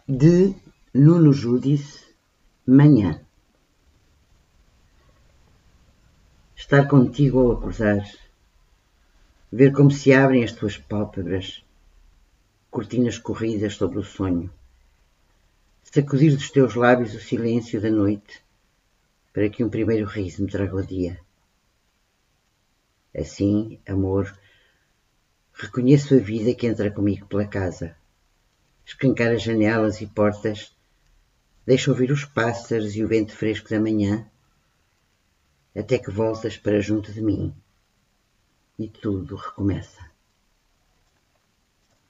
De Nuno Judice, manhã. Estar contigo ao acordar, ver como se abrem as tuas pálpebras, cortinas corridas sobre o sonho, sacudir dos teus lábios o silêncio da noite, para que um primeiro riso me traga o dia. Assim, amor, reconheço a vida que entra comigo pela casa. Escancar as janelas e portas, deixa ouvir os pássaros e o vento fresco da manhã, até que voltas para junto de mim e tudo recomeça.